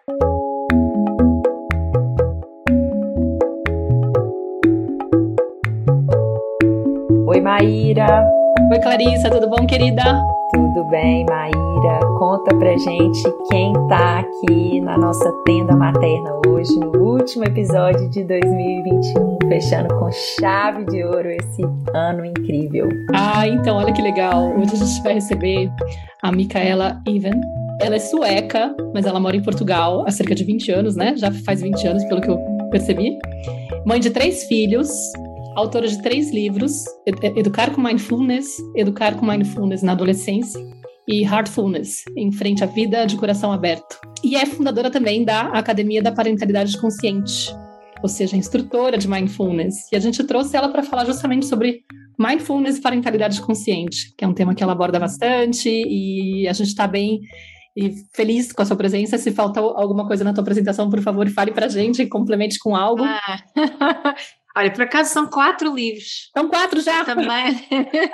Oi, Maíra. Oi, Clarissa, tudo bom, querida? Tudo bem, Maíra? Conta pra gente quem tá aqui na nossa tenda materna hoje, no último episódio de 2021, fechando com chave de ouro esse ano incrível. Então, olha que legal. Hoje a gente vai receber a Micaela Even. Ela é sueca, mas ela mora em Portugal há cerca de 20 anos, né? Já faz 20 anos, pelo que eu percebi. Mãe de 3 filhos, autora de 3 livros, Educar com Mindfulness na Adolescência e Heartfulness, Em Frente à Vida de Coração Aberto. E é fundadora também da Academia da Parentalidade Consciente, ou seja, instrutora de Mindfulness. E a gente trouxe ela para falar justamente sobre Mindfulness e Parentalidade Consciente, que é um tema que ela aborda bastante, e a gente está bem e feliz com a sua presença. Se falta alguma coisa na tua apresentação, por favor, fale pra gente e complemente com algo. Olha, por acaso são 4 livros. São 4 já? Também.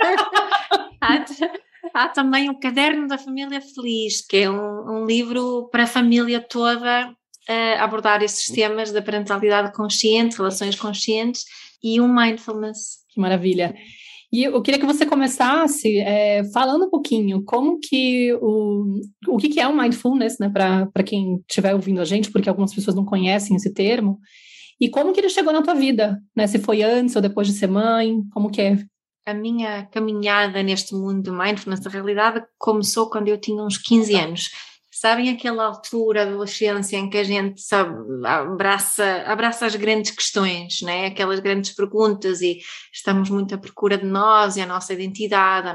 Há também o Caderno da Família Feliz, que é um livro para a família toda abordar esses temas da parentalidade consciente, relações conscientes e um mindfulness. Que maravilha. E eu queria que você começasse falando um pouquinho como que o que é o mindfulness, né, para quem estiver ouvindo a gente, porque algumas pessoas não conhecem esse termo, e como que ele chegou na tua vida, né? Se foi antes ou depois de ser mãe, como que é? A minha caminhada neste mundo do mindfulness, na realidade, começou quando eu tinha uns 15 anos. Sabem aquela altura da adolescência em que a gente, sabe, abraça as grandes questões, né? Aquelas grandes perguntas, e estamos muito à procura de nós e a nossa identidade,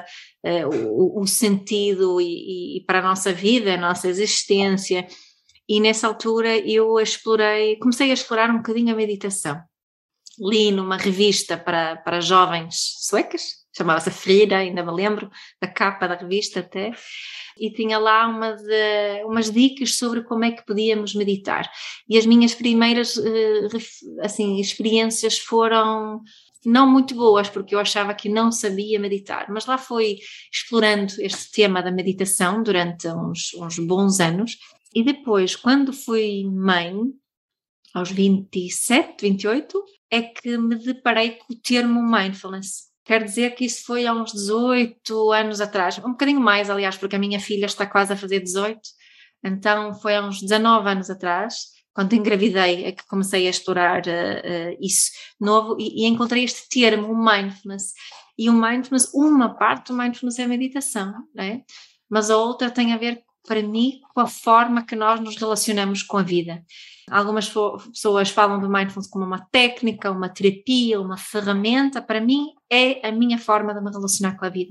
o sentido e para a nossa vida, a nossa existência. E nessa altura eu comecei a explorar um bocadinho a meditação. Li numa revista para jovens suecas, chamava-se Frida, ainda me lembro da capa da revista até, e tinha lá umas dicas sobre como é que podíamos meditar. E as minhas primeiras experiências foram não muito boas, porque eu achava que não sabia meditar, mas lá fui explorando este tema da meditação durante uns bons anos, e depois, quando fui mãe, aos 27, 28, é que me deparei com o termo mindfulness. Quer dizer que isso foi há uns 18 anos atrás, um bocadinho mais, aliás, porque a minha filha está quase a fazer 18, então foi há uns 19 anos atrás, quando engravidei, é que comecei a explorar isso novo, e encontrei este termo, o mindfulness. E o mindfulness, uma parte do mindfulness é a meditação, não é? Mas a outra tem a ver, para mim, com a forma que nós nos relacionamos com a vida. Algumas pessoas falam do mindfulness como uma técnica, uma terapia, uma ferramenta. Para mim, é a minha forma de me relacionar com a vida.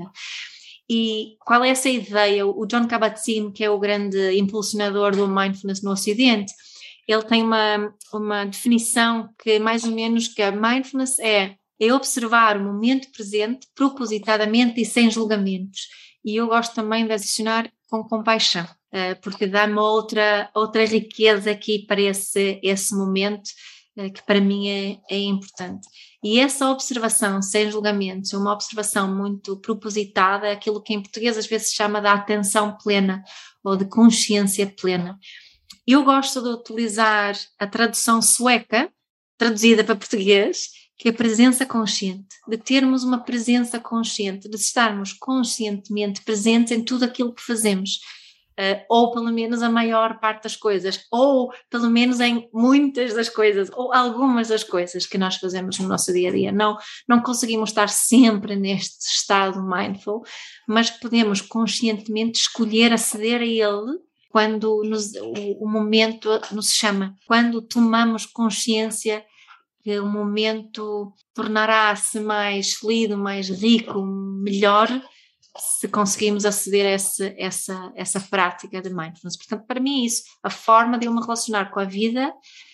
E qual é essa ideia? O Jon Kabat-Zinn, que é o grande impulsionador do mindfulness no Ocidente, ele tem uma definição que mais ou menos que a mindfulness é observar o momento presente propositadamente e sem julgamentos. E eu gosto também de adicionar com compaixão, porque dá-me outra riqueza aqui para esse momento, que para mim é importante. E essa observação sem julgamentos, uma observação muito propositada, aquilo que em português às vezes se chama de atenção plena ou de consciência plena. Eu gosto de utilizar a tradução sueca, traduzida para português, que é a presença consciente, de termos uma presença consciente, de estarmos conscientemente presentes em tudo aquilo que fazemos, ou pelo menos a maior parte das coisas, ou pelo menos em muitas das coisas, ou algumas das coisas que nós fazemos no nosso dia-a-dia. Não conseguimos estar sempre neste estado mindful, mas podemos conscientemente escolher aceder a ele quando o momento nos chama, quando tomamos consciência que o momento tornará-se mais fluido, mais rico, melhor, se conseguimos aceder a essa prática de mindfulness. Portanto, para mim é isso, a forma de eu me relacionar com a vida,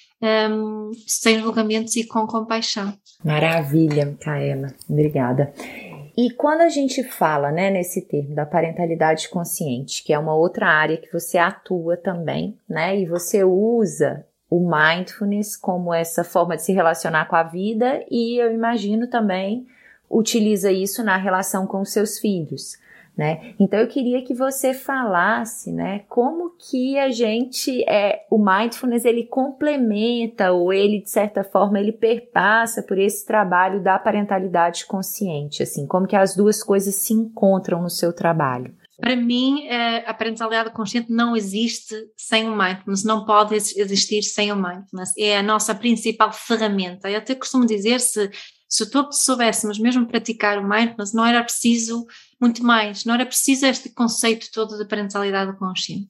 sem julgamentos e com compaixão. Maravilha, Micaela, obrigada. E quando a gente fala, né, nesse termo da parentalidade consciente, que é uma outra área que você atua também, né, e você usa o mindfulness como essa forma de se relacionar com a vida, e eu imagino também utiliza isso na relação com os seus filhos, né? Então eu queria que você falasse, né, como que a gente, o mindfulness, ele complementa ou ele, de certa forma, ele perpassa por esse trabalho da parentalidade consciente, assim, como que as duas coisas se encontram no seu trabalho. Para mim, a parentalidade consciente não existe sem o mindfulness, não pode existir sem o mindfulness, é a nossa principal ferramenta. Eu até costumo dizer, se todos soubéssemos mesmo praticar o mindfulness, não era preciso muito mais, não era preciso este conceito todo de parentalidade consciente.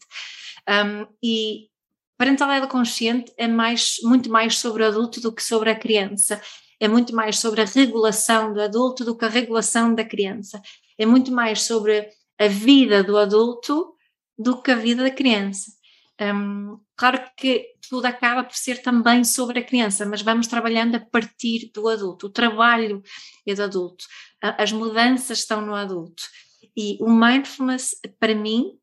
E parentalidade consciente é muito mais sobre o adulto do que sobre a criança, é muito mais sobre a regulação do adulto do que a regulação da criança, é muito mais sobre a vida do adulto do que a vida da criança. Claro que tudo acaba por ser também sobre a criança, mas vamos trabalhando a partir do adulto. O trabalho é do adulto, as mudanças estão no adulto. E o mindfulness, para mim,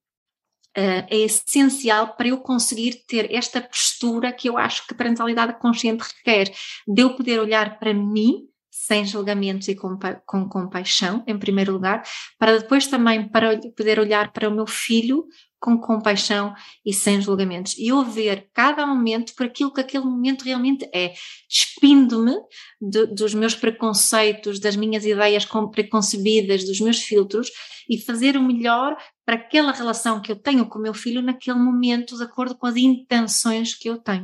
é essencial para eu conseguir ter esta postura que eu acho que a parentalidade consciente requer, de eu poder olhar para mim, sem julgamentos e com compaixão, em primeiro lugar, para depois também para poder olhar para o meu filho com compaixão e sem julgamentos. E eu ver cada momento por aquilo que aquele momento realmente é, despindo-me dos meus preconceitos, das minhas ideias preconcebidas, dos meus filtros, e fazer o melhor para aquela relação que eu tenho com o meu filho naquele momento, de acordo com as intenções que eu tenho.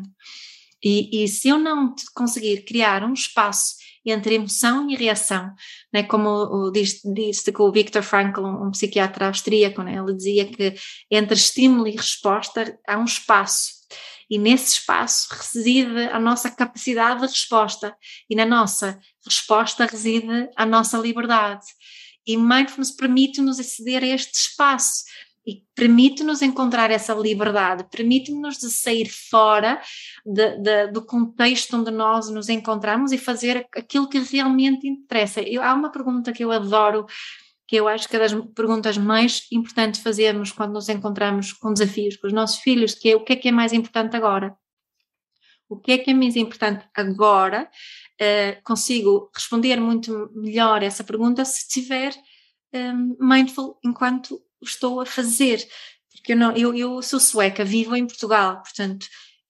E se eu não conseguir criar um espaço entre emoção e reação, né, como disse que o Viktor Frankl, um psiquiatra austríaco, né, ele dizia que entre estímulo e resposta há um espaço, e nesse espaço reside a nossa capacidade de resposta, e na nossa resposta reside a nossa liberdade, e mindfulness permite-nos aceder a este espaço, e permite-nos encontrar essa liberdade, permite-nos de sair fora do contexto onde nós nos encontramos e fazer aquilo que realmente interessa. Há uma pergunta que eu adoro, que eu acho que é das perguntas mais importantes fazermos quando nos encontramos com desafios com os nossos filhos, que é: o que é mais importante agora? O que é mais importante agora? Consigo responder muito melhor essa pergunta se estiver mindful enquanto estou a fazer, porque eu sou sueca, vivo em Portugal, portanto,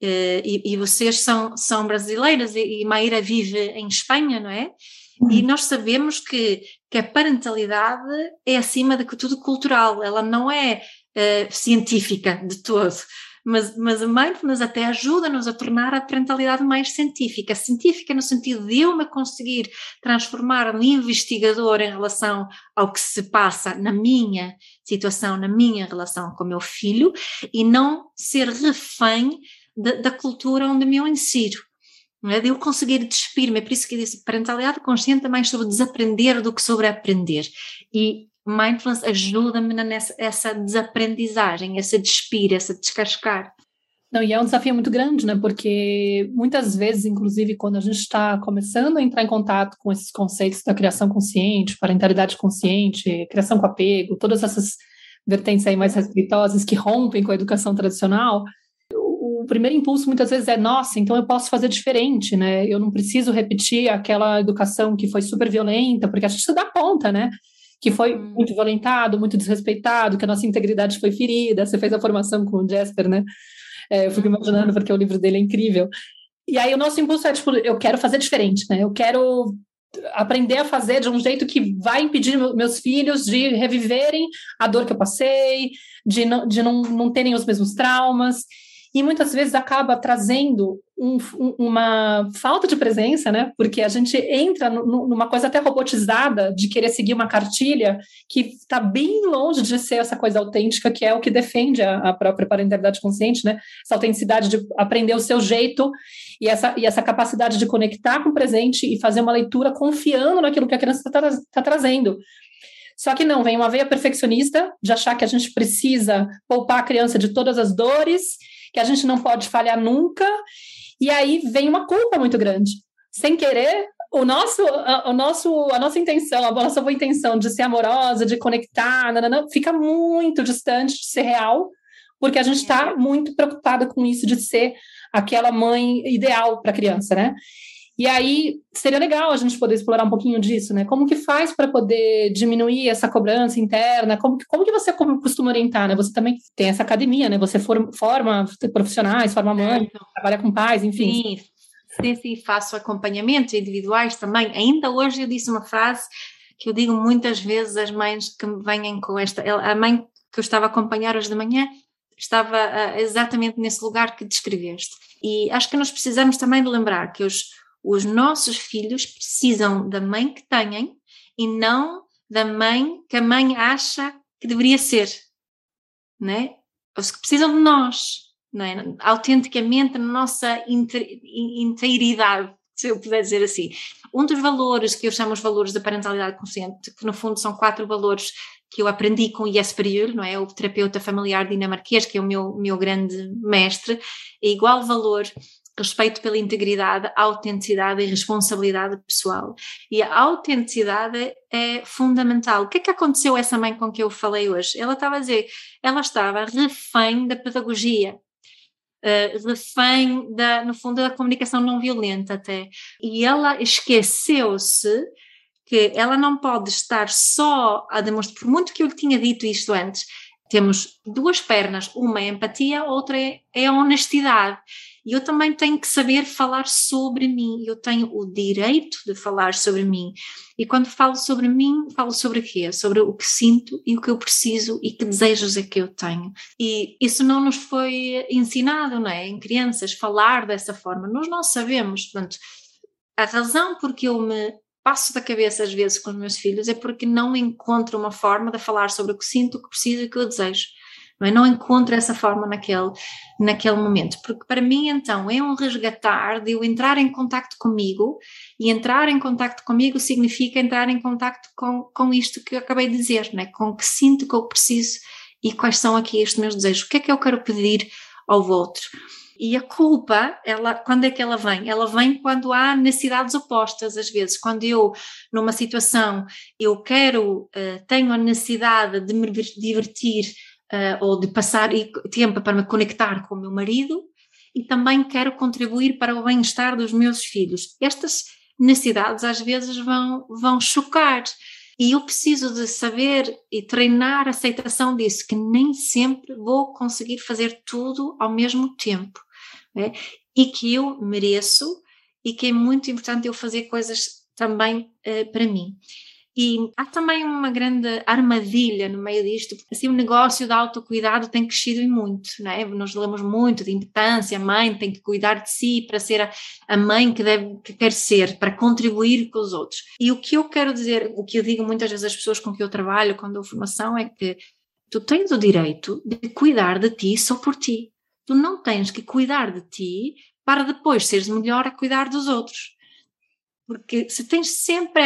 e vocês são brasileiras e Maíra vive em Espanha, não é? E nós sabemos que a parentalidade é, acima de tudo, cultural, ela não é científica de todo, mas a mindfulness até ajuda-nos a tornar a parentalidade mais científica no sentido de eu me conseguir transformar num investigador em relação ao que se passa na minha situação, na minha relação com o meu filho, e não ser refém da cultura onde me eu insiro. Não é? De eu conseguir despir-me, é por isso que eu disse, parentalidade consciente é mais sobre desaprender do que sobre aprender, e mindfulness ajuda-me nessa desaprendizagem, essa despir, essa descascar. Não, e é um desafio muito grande, né? Porque muitas vezes, inclusive, quando a gente está começando a entrar em contato com esses conceitos da criação consciente, parentalidade consciente, criação com apego, todas essas vertentes aí mais respeitosas que rompem com a educação tradicional, o primeiro impulso muitas vezes é: nossa, então eu posso fazer diferente, né? Eu não preciso repetir aquela educação que foi super violenta, porque a gente se dá conta, né? Que foi muito violentado, muito desrespeitado, que a nossa integridade foi ferida. Você fez a formação com o Jesper, né? Eu fico imaginando, porque o livro dele é incrível. E aí o nosso impulso é, tipo, eu quero fazer diferente, né? Eu quero aprender a fazer de um jeito que vai impedir meus filhos de reviverem a dor que eu passei, de não terem os mesmos traumas. E muitas vezes acaba trazendo uma falta de presença, né? Porque a gente entra numa coisa até robotizada de querer seguir uma cartilha que está bem longe de ser essa coisa autêntica, que é o que defende a própria parentalidade consciente, né? Essa autenticidade de aprender o seu jeito e essa capacidade de conectar com o presente e fazer uma leitura confiando naquilo que a criança está trazendo. Só que não, vem uma veia perfeccionista de achar que a gente precisa poupar a criança de todas as dores, que a gente não pode falhar nunca, e aí vem uma culpa muito grande. Sem querer, a nossa intenção, a nossa boa intenção de ser amorosa, de conectar, fica muito distante de ser real, porque a gente está muito preocupada com isso de ser aquela mãe ideal para a criança, né? E aí, seria legal a gente poder explorar um pouquinho disso, né? Como que faz para poder diminuir essa cobrança interna? Como que você costuma orientar, né? Você também tem essa academia, né? Você forma profissionais, forma mãe, trabalha com pais, enfim. Sim, faço acompanhamentos individuais também. Ainda hoje eu disse uma frase que eu digo muitas vezes às mães que me vêm com esta... A mãe que eu estava a acompanhar hoje de manhã estava exatamente nesse lugar que descreveste. E acho que nós precisamos também de lembrar que os nossos filhos precisam da mãe que têm e não da mãe que a mãe acha que deveria ser, né? Os que precisam de nós, não é? Autenticamente, na nossa inteiridade, se eu puder dizer assim. Um dos valores que eu chamo os valores da parentalidade consciente, que no fundo são 4 valores que eu aprendi com Jesper Juhl, não é? O terapeuta familiar dinamarquês, que é o meu grande mestre, é igual valor respeito pela integridade, autenticidade e responsabilidade pessoal. E a autenticidade é fundamental. O que é que aconteceu a essa mãe com que eu falei hoje? Ela estava a dizer, ela estava refém da pedagogia, refém no fundo, da comunicação não violenta até. E ela esqueceu-se que ela não pode estar só a demonstrar, por muito que eu lhe tinha dito isto antes, temos 2 pernas, uma é a empatia, a outra é a honestidade. E eu também tenho que saber falar sobre mim, eu tenho o direito de falar sobre mim. E quando falo sobre mim, falo sobre o quê? Sobre o que sinto e o que eu preciso e que desejos é que eu tenho. E isso não nos foi ensinado, não é? Em crianças, falar dessa forma. Nós não sabemos. Portanto, a razão porque eu me passo da cabeça às vezes com os meus filhos é porque não encontro uma forma de falar sobre o que sinto, o que preciso e o que eu desejo. Não encontro essa forma naquele momento, porque para mim então é um resgatar de eu entrar em contacto comigo, e entrar em contacto comigo significa entrar em contacto com isto que eu acabei de dizer, né? Com o que sinto, o que eu preciso e quais são aqui estes meus desejos, o que é que eu quero pedir ao outro. E a culpa, quando é que ela vem? Ela vem quando há necessidades opostas, às vezes, quando eu, numa situação, eu tenho a necessidade de me divertir, ou de passar tempo para me conectar com o meu marido, e também quero contribuir para o bem-estar dos meus filhos. Estas necessidades às vezes vão chocar, e eu preciso de saber e treinar a aceitação disso, que nem sempre vou conseguir fazer tudo ao mesmo tempo, né? E que eu mereço, e que é muito importante eu fazer coisas também para mim. E há também uma grande armadilha no meio disto, porque assim o negócio de autocuidado tem crescido e muito, não é? Nós falamos muito de importância, a mãe tem que cuidar de si para ser a mãe que quer ser, para contribuir com os outros. E o que eu quero dizer, o que eu digo muitas vezes às pessoas com que eu trabalho, quando dou formação, é que tu tens o direito de cuidar de ti só por ti. Tu não tens que cuidar de ti para depois seres melhor a cuidar dos outros. Porque se tens sempre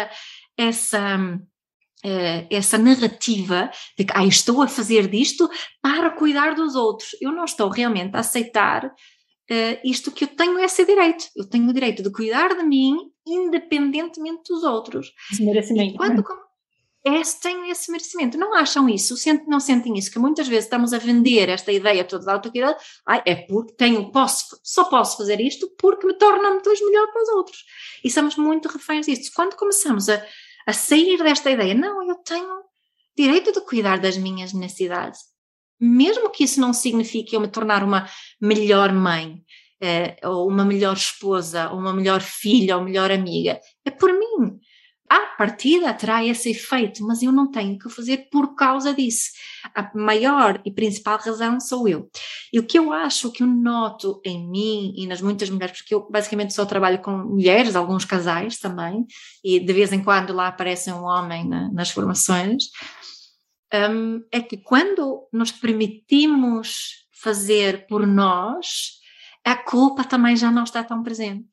essa narrativa de que estou a fazer disto para cuidar dos outros, eu não estou realmente a aceitar isto, que eu tenho esse direito. Eu tenho o direito de cuidar de mim independentemente dos outros. Esse merecimento. E quando tenho esse merecimento, não acham isso? Não sentem isso? Que muitas vezes estamos a vender esta ideia toda da autocuidado, é porque só posso fazer isto porque me torna-me depois melhor para os outros. E somos muito reféns disto. Quando começamos a sair desta ideia, não, eu tenho direito de cuidar das minhas necessidades, mesmo que isso não signifique eu me tornar uma melhor mãe, ou uma melhor esposa, ou uma melhor filha, ou melhor amiga, é por mim. À partida terá esse efeito, mas eu não tenho que fazer por causa disso. A maior e principal razão sou eu. E o que eu acho, o que eu noto em mim e nas muitas mulheres, porque eu basicamente só trabalho com mulheres, alguns casais também, e de vez em quando lá aparece um homem nas formações, é que quando nos permitimos fazer por nós, a culpa também já não está tão presente.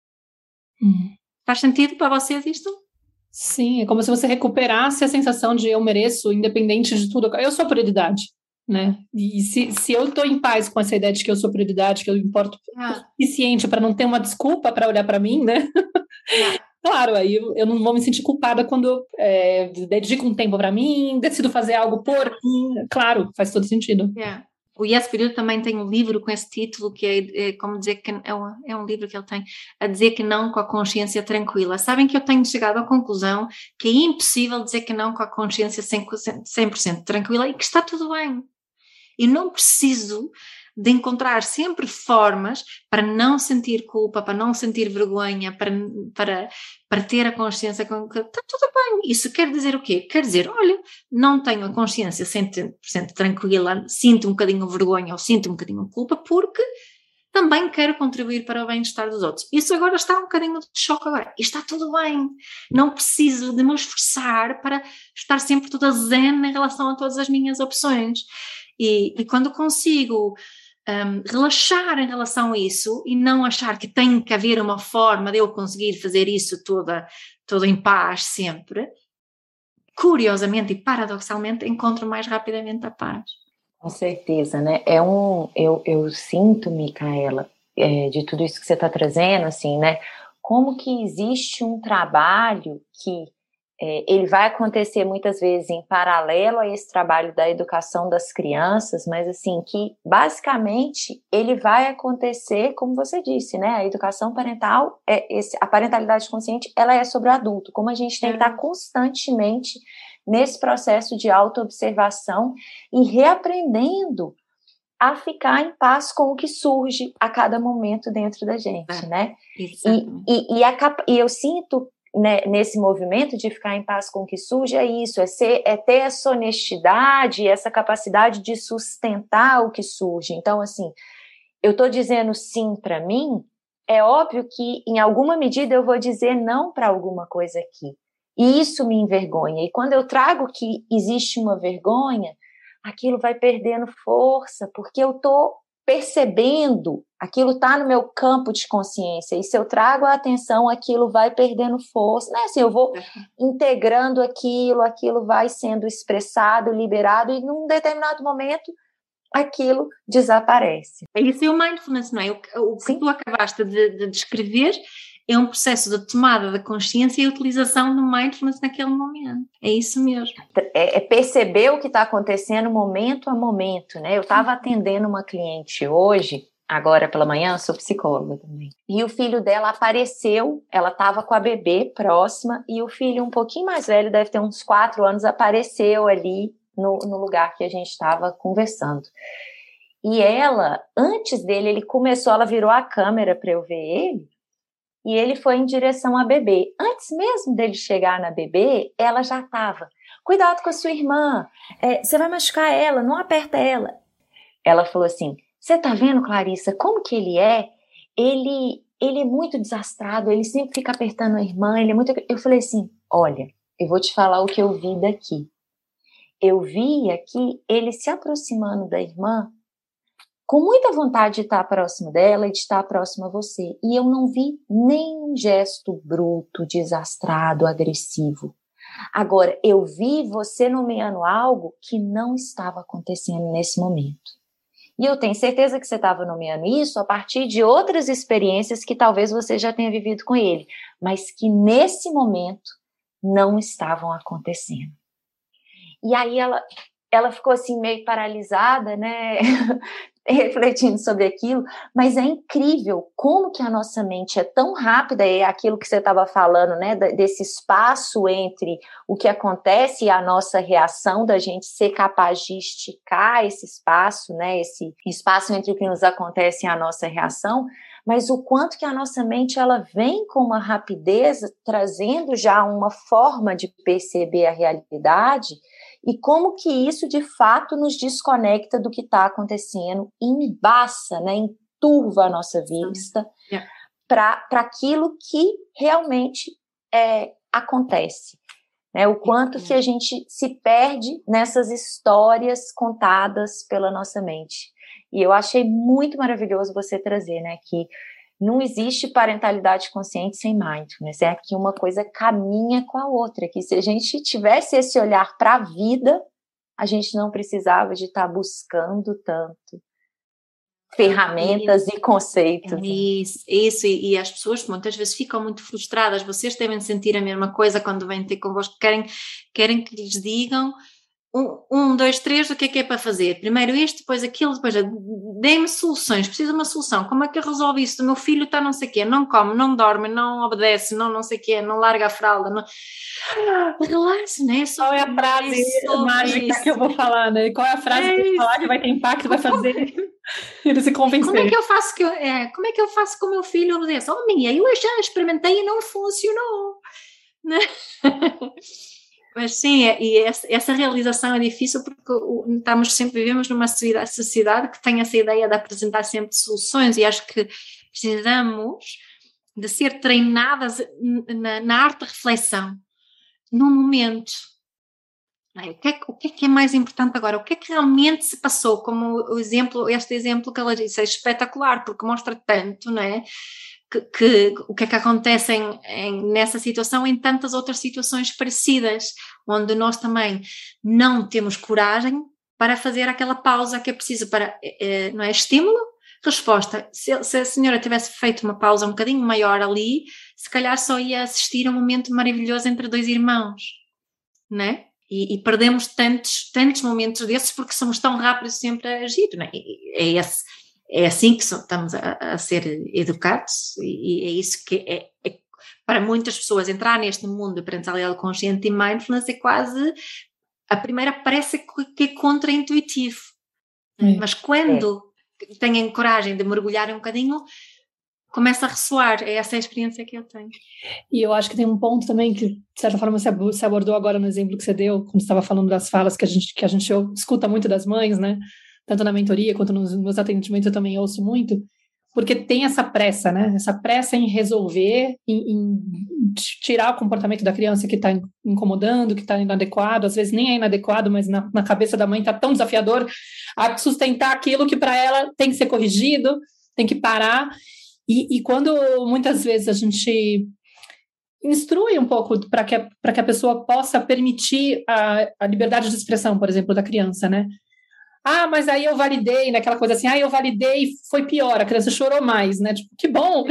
Faz sentido para vocês isto? Sim, é como se você recuperasse a sensação de eu mereço, independente de tudo. Eu sou prioridade, né? E se eu estou em paz com essa ideia de que eu sou prioridade, que eu importo o suficiente para não ter uma desculpa para olhar para mim, né? Claro, aí eu não vou me sentir culpada quando eu dedico um tempo para mim, decido fazer algo por mim. Claro, faz todo sentido. O Yes Período também tem um livro com esse título, que é como dizer que é um livro que ele tem, a dizer que não com a consciência tranquila. Sabem que eu tenho chegado à conclusão que é impossível dizer que não com a consciência 100% tranquila e que está tudo bem. Eu não preciso de encontrar sempre formas para não sentir culpa, para não sentir vergonha, para ter a consciência que está tudo bem. Isso quer dizer o quê? Quer dizer, olha, não tenho a consciência 100% tranquila, sinto um bocadinho vergonha ou sinto um bocadinho culpa, porque também quero contribuir para o bem-estar dos outros. Isso agora está um bocadinho de choque agora. E está tudo bem. Não preciso de me esforçar para estar sempre toda zen em relação a todas as minhas opções. E quando consigo relaxar em relação a isso e não achar que tem que haver uma forma de eu conseguir fazer isso toda em paz sempre, curiosamente e paradoxalmente encontro mais rapidamente a paz. Com certeza, né? Eu sinto, Micaela, de tudo isso que você está trazendo, assim, né? Como que existe um trabalho que ele vai acontecer muitas vezes em paralelo a esse trabalho da educação das crianças, mas assim, que basicamente ele vai acontecer, como você disse, né? A educação parental, a parentalidade consciente, ela é sobre o adulto, como a gente tem que estar constantemente nesse processo de autoobservação e reaprendendo a ficar em paz com o que surge a cada momento dentro da gente, né? E eu sinto, né, nesse movimento de ficar em paz com o que surge, é ter essa honestidade, essa capacidade de sustentar o que surge. Então, assim, eu estou dizendo sim para mim, é óbvio que em alguma medida eu vou dizer não para alguma coisa aqui. E isso me envergonha. E quando eu trago que existe uma vergonha, aquilo vai perdendo força, porque eu estou percebendo, aquilo está no meu campo de consciência, e se eu trago a atenção, aquilo vai perdendo força, né? Assim, eu vou integrando aquilo vai sendo expressado, liberado, e num determinado momento, aquilo desaparece. Isso é o mindfulness, não é? O que tu acabaste de descrever é um processo de tomada da consciência e utilização do mindfulness naquele momento. É isso mesmo. É perceber o que está acontecendo momento a momento, né? Eu estava atendendo uma cliente hoje, agora pela manhã, eu sou psicóloga também. E o filho dela apareceu, ela estava com a bebê próxima, e o filho um pouquinho mais velho, deve ter uns 4 anos, apareceu ali no lugar que a gente estava conversando. E ela, antes dele, ela virou a câmera para eu ver ele, e ele foi em direção à bebê. Antes mesmo dele chegar na bebê, ela já estava. Cuidado com a sua irmã, você vai machucar ela, não aperta ela. Ela falou assim, você tá vendo, Clarissa, como que ele é? Ele é muito desastrado, ele sempre fica apertando a irmã, ele é muito... Eu falei assim, olha, eu vou te falar o que eu vi daqui. Eu vi aqui ele se aproximando da irmã, com muita vontade de estar próximo dela e de estar próximo a você. E eu não vi nenhum gesto bruto, desastrado, agressivo. Agora, eu vi você nomeando algo que não estava acontecendo nesse momento. E eu tenho certeza que você estava nomeando isso a partir de outras experiências que talvez você já tenha vivido com ele, mas que nesse momento não estavam acontecendo. E aí ela ficou assim meio paralisada, né? Refletindo sobre aquilo, mas é incrível como que a nossa mente é tão rápida, é aquilo que você estava falando, né, desse espaço entre o que acontece e a nossa reação, da gente ser capaz de esticar esse espaço, né, esse espaço entre o que nos acontece e a nossa reação, mas o quanto que a nossa mente, ela vem com uma rapidez, trazendo já uma forma de perceber a realidade, e como que isso, de fato, nos desconecta do que está acontecendo, embaça, né, enturva a nossa vista para aquilo que realmente acontece. Né, o quanto que a gente se perde nessas histórias contadas pela nossa mente. E eu achei muito maravilhoso você trazer, né, que não existe parentalidade consciente sem mindfulness. É aqui uma coisa caminha com a outra. Que se a gente tivesse esse olhar para a vida, a gente não precisava de estar buscando tanto ferramentas e conceitos. Isso. E as pessoas muitas vezes ficam muito frustradas. Vocês devem sentir a mesma coisa quando vêm ter convosco. Querem que lhes digam um, dois, três, o que é para fazer? Primeiro isto, depois aquilo, depois dê-me soluções, preciso de uma solução. Como é que eu resolvo isso? O meu filho está não sei o quê, não come, não dorme, não obedece, não sei o quê, não larga a fralda. Não... Relaxa, né? Qual é a frase mágica que eu vou falar, né? Qual é a frase que eu vou falar que vai ter impacto, vai fazer ele se convencer? Como é que eu faço como é que eu faço com o meu filho obedecer? Oh, minha, eu já experimentei e não funcionou. Né? Mas sim, e essa realização é difícil porque vivemos numa sociedade que tem essa ideia de apresentar sempre soluções, e acho que precisamos de ser treinadas na arte de reflexão, no momento. O que é mais importante agora? O que é que realmente se passou? Como este exemplo que ela disse é espetacular, porque mostra tanto, não é? Que o que é que acontece nessa situação em tantas outras situações parecidas, onde nós também não temos coragem para fazer aquela pausa que é preciso para, não é? Estímulo, resposta. Se a senhora tivesse feito uma pausa um bocadinho maior ali, se calhar só ia assistir a um momento maravilhoso entre dois irmãos, não é? E perdemos tantos momentos desses porque somos tão rápidos sempre a agir, não é? É assim que estamos a ser educados, e é isso que para muitas pessoas entrar neste mundo de parentalidade consciente e mindfulness é quase, a primeira parece que é contra-intuitivo, mas quando têm coragem de mergulhar um bocadinho, começa a ressoar. É essa a experiência que eu tenho. E eu acho que tem um ponto também que, de certa forma, você abordou agora no exemplo que você deu, quando você estava falando das falas que a gente escuta muito das mães, né? Tanto na mentoria quanto nos meus atendimentos eu também ouço muito, porque tem essa pressa, né? Essa pressa em resolver, em tirar o comportamento da criança que está incomodando, que está inadequado, às vezes nem é inadequado, mas na cabeça da mãe está tão desafiador a sustentar aquilo que para ela tem que ser corrigido, tem que parar. E quando muitas vezes a gente instrui um pouco para que a pessoa possa permitir a liberdade de expressão, por exemplo, da criança, né? Ah, mas aí eu validei, naquela coisa assim, eu validei e foi pior, a criança chorou mais, né? Tipo, que bom!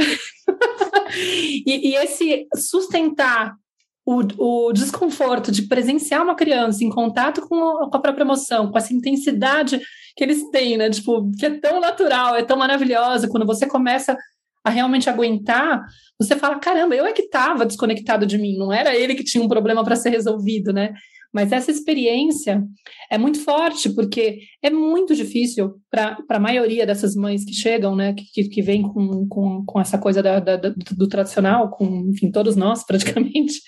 e esse sustentar o desconforto de presenciar uma criança em contato com a própria emoção, com essa intensidade que eles têm, né? Tipo, que é tão natural, é tão maravilhosa, quando você começa a realmente aguentar, você fala, caramba, eu é que estava desconectado de mim, não era ele que tinha um problema para ser resolvido, né? Mas essa experiência é muito forte, porque é muito difícil para a maioria dessas mães que chegam, né, que vêm com essa coisa do tradicional, enfim, todos nós praticamente,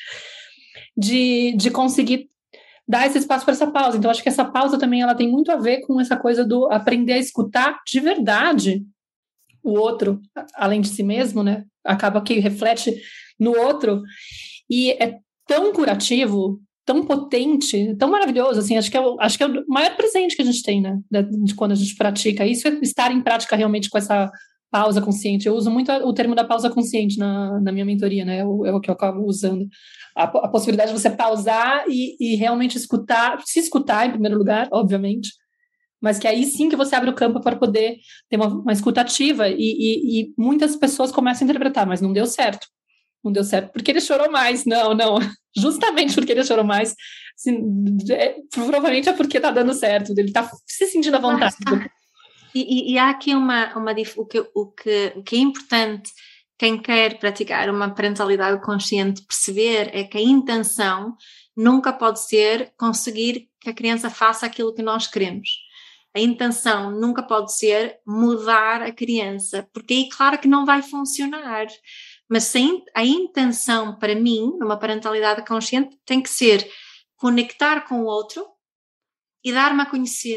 de conseguir dar esse espaço para essa pausa. Então, acho que essa pausa também ela tem muito a ver com essa coisa do aprender a escutar de verdade o outro, além de si mesmo, né? Acaba que reflete no outro, e é tão curativo, tão potente, tão maravilhoso, assim, acho que é o maior presente que a gente tem, né, de quando a gente pratica isso, é estar em prática realmente com essa pausa consciente. Eu uso muito o termo da pausa consciente na minha mentoria, né, é o que eu acabo usando, a possibilidade de você pausar e realmente se escutar em primeiro lugar, obviamente, mas que aí sim que você abre o campo para poder ter uma escuta ativa, e muitas pessoas começam a interpretar, mas não deu certo porque ele chorou mais. Não, justamente porque ele chorou mais, provavelmente é porque está dando certo, ele está se sentindo à vontade. E há aqui o que é importante, quem quer praticar uma parentalidade consciente perceber, é que a intenção nunca pode ser conseguir que a criança faça aquilo que nós queremos. A intenção nunca pode ser mudar a criança, porque aí claro que não vai funcionar. Mas a intenção, para mim, numa parentalidade consciente, tem que ser conectar com o outro e dar-me a conhecer.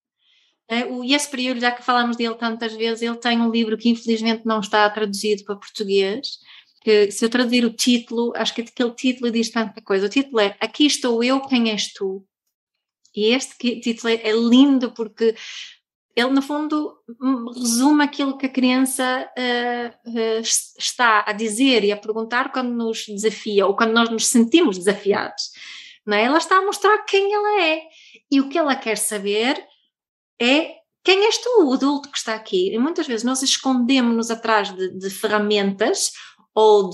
O Jesper Juhl, já que falamos dele tantas vezes, ele tem um livro que infelizmente não está traduzido para português, que se eu traduzir o título, acho que aquele título diz tanta coisa. O título é Aqui Estou Eu, Quem És Tu? E este título é lindo porque ele, no fundo, resume aquilo que a criança está a dizer e a perguntar quando nos desafia, ou quando nós nos sentimos desafiados. Não é? Ela está a mostrar quem ela é. E o que ela quer saber é quem és tu, o adulto que está aqui. E muitas vezes nós escondemos-nos atrás de ferramentas ou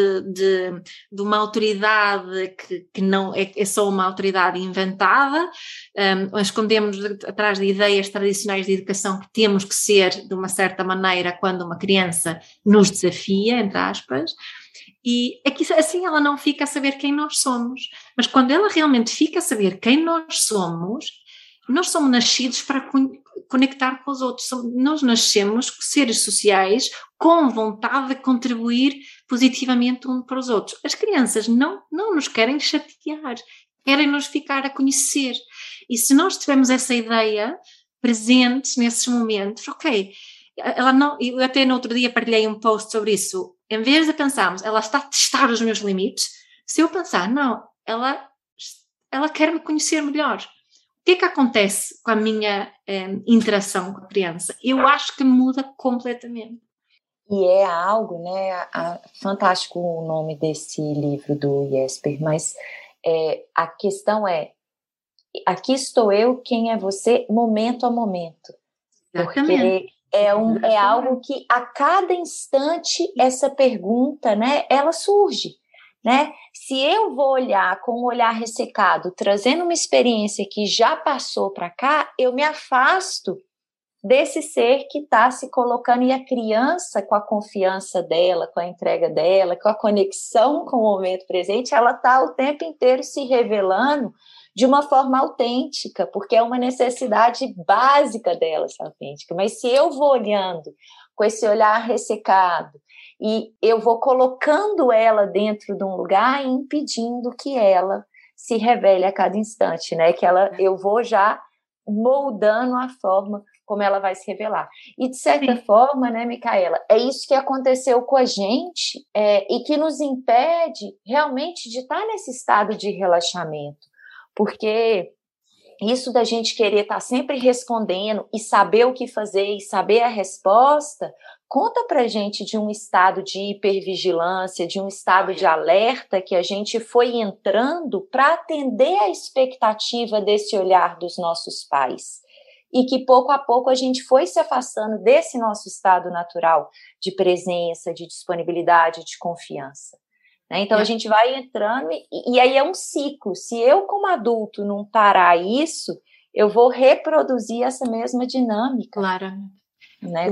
de uma autoridade que não é só uma autoridade inventada, escondemos atrás de ideias tradicionais de educação que temos que ser de uma certa maneira quando uma criança nos desafia, entre aspas, e aqui, assim ela não fica a saber quem nós somos, mas quando ela realmente fica a saber quem nós somos nascidos para conectar com os outros, nós nascemos seres sociais com vontade de contribuir positivamente uns para os outros. As crianças não nos querem chatear, querem nos ficar a conhecer, e se nós tivermos essa ideia presente nesses momentos, ok, ela não, eu até no outro dia partilhei um post sobre isso, em vez de pensarmos, ela está a testar os meus limites, se eu pensar, não, ela quer me conhecer melhor, o que é que acontece com a minha interação com a criança? Eu acho que muda completamente. E é algo, né, fantástico o nome desse livro do Jesper, mas a questão é, aqui estou eu, quem é você, momento a momento. Exatamente. Porque é algo que a cada instante essa pergunta, né, ela surge, né? Se eu vou olhar com um olhar ressecado, trazendo uma experiência que já passou para cá, eu me afasto desse ser que está se colocando, e a criança, com a confiança dela, com a entrega dela, com a conexão com o momento presente, ela está o tempo inteiro se revelando de uma forma autêntica, porque é uma necessidade básica dela ser autêntica. Mas se eu vou olhando com esse olhar ressecado e eu vou colocando ela dentro de um lugar e impedindo que ela se revele a cada instante, né? Que eu vou já moldando a forma como ela vai se revelar. E, de certa forma, né, Micaela, é isso que aconteceu com a gente e que nos impede realmente de estar nesse estado de relaxamento. Porque isso da gente querer estar sempre respondendo e saber o que fazer e saber a resposta, conta pra gente de um estado de hipervigilância, de um estado de alerta que a gente foi entrando para atender a expectativa desse olhar dos nossos pais. E que pouco a pouco a gente foi se afastando desse nosso estado natural de presença, de disponibilidade, de confiança. Então a gente vai entrando e aí é um ciclo. Se eu, como adulto, não parar isso, eu vou reproduzir essa mesma dinâmica. Claro. Né?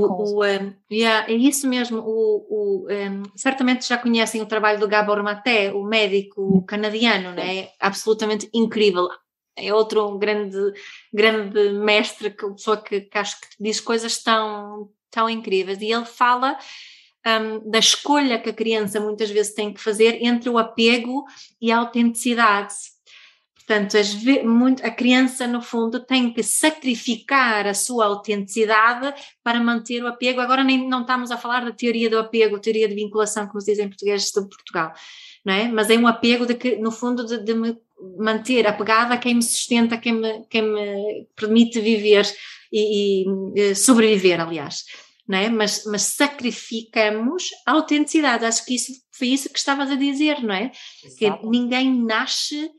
É isso mesmo. Certamente já conhecem o trabalho do Gabor Maté, o médico canadiano, né? É absolutamente incrível. É outro grande mestre, pessoa que acho que diz coisas tão incríveis. E ele fala da escolha que a criança muitas vezes tem que fazer entre o apego e a autenticidade. Portanto, a criança, no fundo, tem que sacrificar a sua autenticidade para manter o apego. Agora não estamos a falar da teoria do apego, teoria de vinculação, como se diz em português de Portugal, não é? Mas é um apego no fundo, de me manter apegada a quem me sustenta, quem me permite viver e sobreviver, aliás. Não é? Mas sacrificamos a autenticidade. Acho que foi isso que estavas a dizer, não é? Exato. Que ninguém nasce,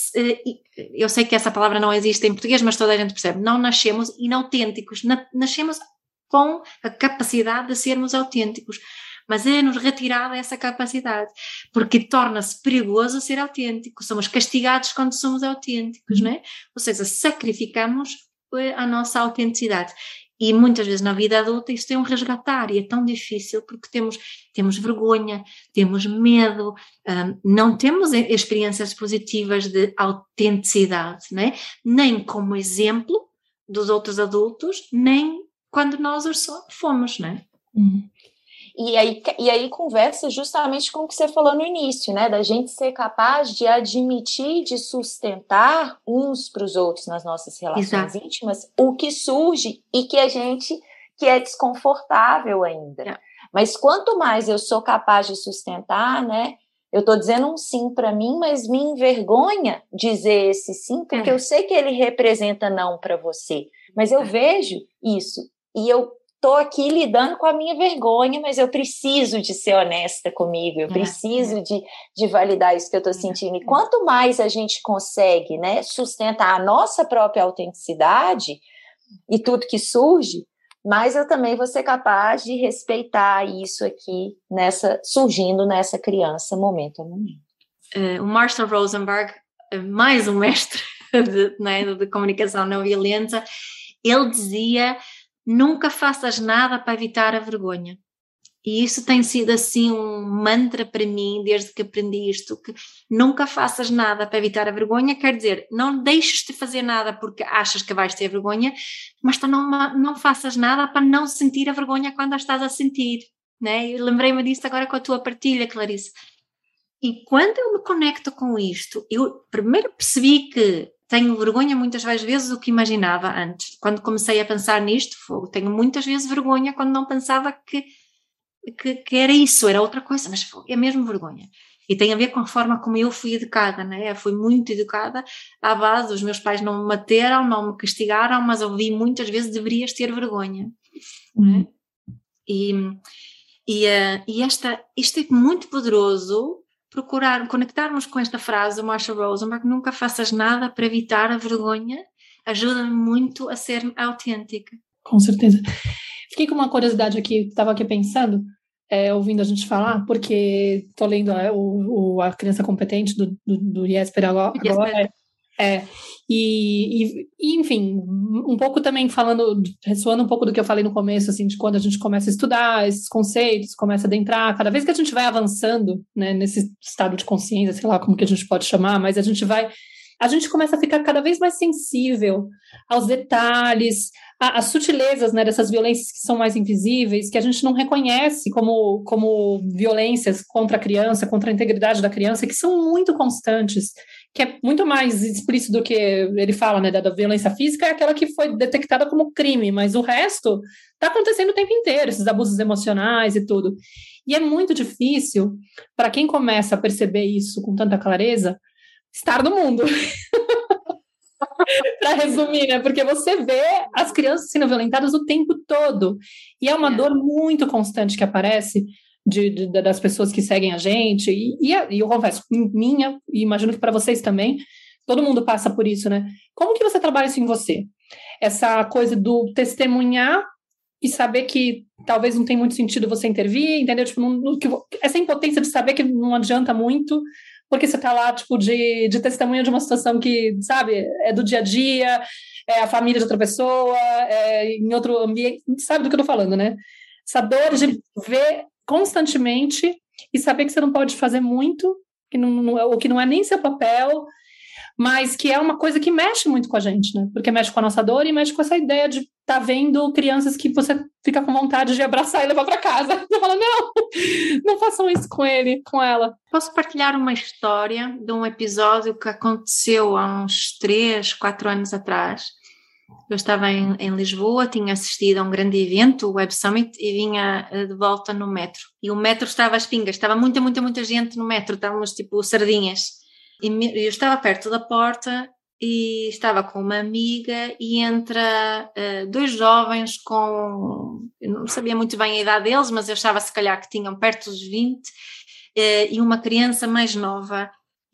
eu sei que essa palavra não existe em português, mas toda a gente percebe, não nascemos inautênticos, nascemos com a capacidade de sermos autênticos, mas é-nos retirada essa capacidade, porque torna-se perigoso ser autêntico, somos castigados quando somos autênticos, não é? Ou seja, sacrificamos a nossa autenticidade. E muitas vezes na vida adulta isso tem um resgatar, e é tão difícil porque temos vergonha, temos medo, não temos experiências positivas de autenticidade, né? Nem como exemplo dos outros adultos, nem quando nós fomos, né? E aí conversa justamente com o que você falou no início, né? Da gente ser capaz de admitir, de sustentar uns para os outros nas nossas relações íntimas, o que surge e que é desconfortável ainda. Mas quanto mais eu sou capaz de sustentar, né? Eu estou dizendo um sim para mim, mas me envergonha dizer esse sim, porque eu sei que ele representa não para você. Mas eu vejo isso e eu estou aqui lidando com a minha vergonha, mas eu preciso de ser honesta comigo, eu preciso de validar isso que eu estou sentindo. E quanto mais a gente consegue, né, sustentar a nossa própria autenticidade e tudo que surge, mas eu também vou ser capaz de respeitar isso aqui, surgindo nessa criança, momento a momento. O Marshall Rosenberg, mais um mestre de comunicação não violenta, ele dizia: nunca faças nada para evitar a vergonha. E isso tem sido assim um mantra para mim desde que aprendi isto, que nunca faças nada para evitar a vergonha, quer dizer, não deixes de fazer nada porque achas que vais ter vergonha, mas tu não faças nada para não sentir a vergonha quando a estás a sentir, né? Eu lembrei-me disso agora com a tua partilha, Clarice. E quando eu me conecto com isto, eu primeiro percebi que tenho vergonha muitas vezes do que imaginava antes. Quando comecei a pensar nisto, tenho muitas vezes vergonha quando não pensava que era isso, era outra coisa, mas é mesmo vergonha. E tem a ver com a forma como eu fui educada, né? Eu fui muito educada à base, os meus pais não me bateram, não me castigaram, mas ouvi muitas vezes: deverias ter vergonha. Né? Isto é muito poderoso, conectarmos com esta frase do Marshall Rosenberg: nunca faças nada para evitar a vergonha, ajuda-me muito a ser autêntica. Com certeza. Fiquei com uma curiosidade aqui, estava aqui pensando, ouvindo a gente falar, porque estou lendo a Criança Competente do Jesper agora. Enfim, um pouco também ressoando um pouco do que eu falei no começo, assim, de quando a gente começa a estudar esses conceitos, começa a adentrar, cada vez que a gente vai avançando, né, nesse estado de consciência, sei lá como que a gente pode chamar, mas a gente começa a ficar cada vez mais sensível aos detalhes, às sutilezas, né, dessas violências que são mais invisíveis, que a gente não reconhece como violências contra a criança, contra a integridade da criança, que são muito constantes, que é muito mais explícito do que ele fala, né, da violência física, é aquela que foi detectada como crime, mas o resto está acontecendo o tempo inteiro, esses abusos emocionais e tudo. E é muito difícil, para quem começa a perceber isso com tanta clareza, estar no mundo. Para resumir, né? Porque você vê as crianças sendo violentadas o tempo todo. E é uma dor muito constante que aparece das pessoas que seguem a gente. E eu confesso, minha, e imagino que para vocês também, todo mundo passa por isso, né? Como que você trabalha isso em você? Essa coisa do testemunhar e saber que talvez não tem muito sentido você intervir, entendeu? Tipo, essa impotência de saber que não adianta muito, porque você está lá, tipo, de testemunha de uma situação que, sabe, é do dia a dia, é a família de outra pessoa, é em outro ambiente, sabe do que eu tô falando, né? Essa dor de ver constantemente e saber que você não pode fazer muito, ou que não é nem seu papel, mas que é uma coisa que mexe muito com a gente, né? Porque mexe com a nossa dor e mexe com essa ideia de estar vendo crianças que você fica com vontade de abraçar e levar para casa. Você fala: não façam isso com ele, com ela. Posso partilhar uma história de um episódio que aconteceu há uns 3, 4 anos atrás. Eu estava em Lisboa, tinha assistido a um grande evento, o Web Summit, e vinha de volta no metro. E o metro estava às pingas, estava muita gente no metro, estávamos tipo sardinhas. E eu estava perto da porta e estava com uma amiga e entra 2 jovens eu não sabia muito bem a idade deles, mas eu achava se calhar que tinham perto dos 20, e uma criança mais nova,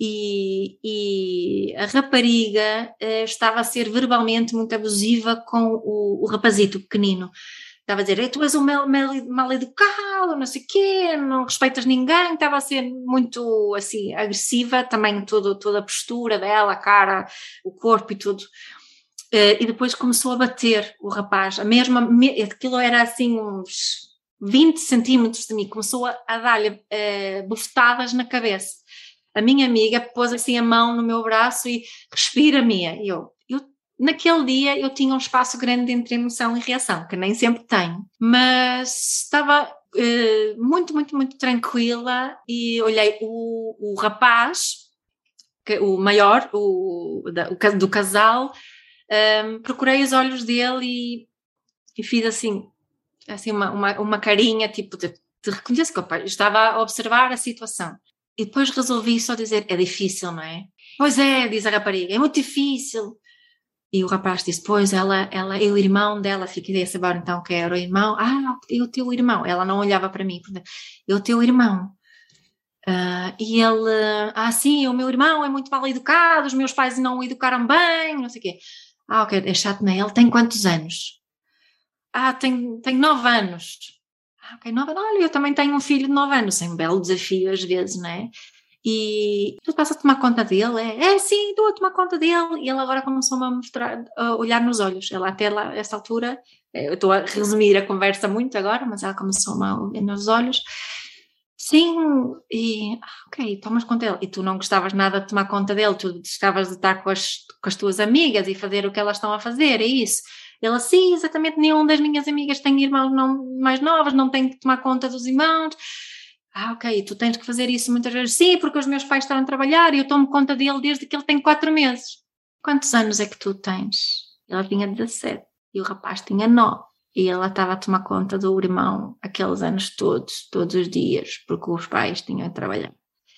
e a rapariga estava a ser verbalmente muito abusiva com o rapazito pequenino. Estava a dizer: tu és um mal educado, não sei o quê, não respeitas ninguém. Estava a ser muito assim agressiva, também toda a postura dela, a cara, o corpo e tudo. E depois começou a bater o rapaz, aquilo era assim uns 20 centímetros de mim, começou a dar-lhe bofetadas na cabeça. A minha amiga pôs assim a mão no meu braço e: respira, Mia. E eu naquele dia eu tinha um espaço grande entre emoção e reação, que nem sempre tenho, mas estava muito tranquila e olhei o rapaz, o maior, do casal, procurei os olhos dele e fiz assim uma carinha tipo de reconheço que eu estava a observar a situação. E depois resolvi só dizer: é difícil, não é? Pois é, diz a rapariga, é muito difícil. E o rapaz disse: pois, ela e o irmão dela, fiquei a saber então que era o irmão. E o teu irmão? Ela não olhava para mim, portanto, é o teu irmão. E ele: sim, o meu irmão é muito mal educado, os meus pais não o educaram bem, não sei o quê. Ok, é chato, não é? Ele tem quantos anos? tenho 9 anos. Ok, 9 anos. Olha, eu também tenho um filho de 9 anos. É um belo desafio às vezes, não é? E tu estás a tomar conta dele? Sim, estou a tomar conta dele. E ele agora começou-me a mostrar, a olhar nos olhos. Ela até lá, essa altura, eu estou a resumir a conversa muito agora, mas ela começou-me a olhar nos olhos. Sim, e ok, tomas conta dele. E tu não gostavas nada de tomar conta dele, tu gostavas de estar com as tuas amigas e fazer o que elas estão a fazer, é isso. Ele assim, exatamente, nenhum das minhas amigas tem irmãos mais novos, não tem que tomar conta dos irmãos. Ok, tu tens que fazer isso muitas vezes. Sim, porque os meus pais estão a trabalhar e eu tomo conta dele desde que ele tem 4 meses. Quantos anos é que tu tens? Ela tinha 17 e o rapaz tinha 9. E ela estava a tomar conta do irmão aqueles anos todos os dias, porque os pais tinham a trabalhar.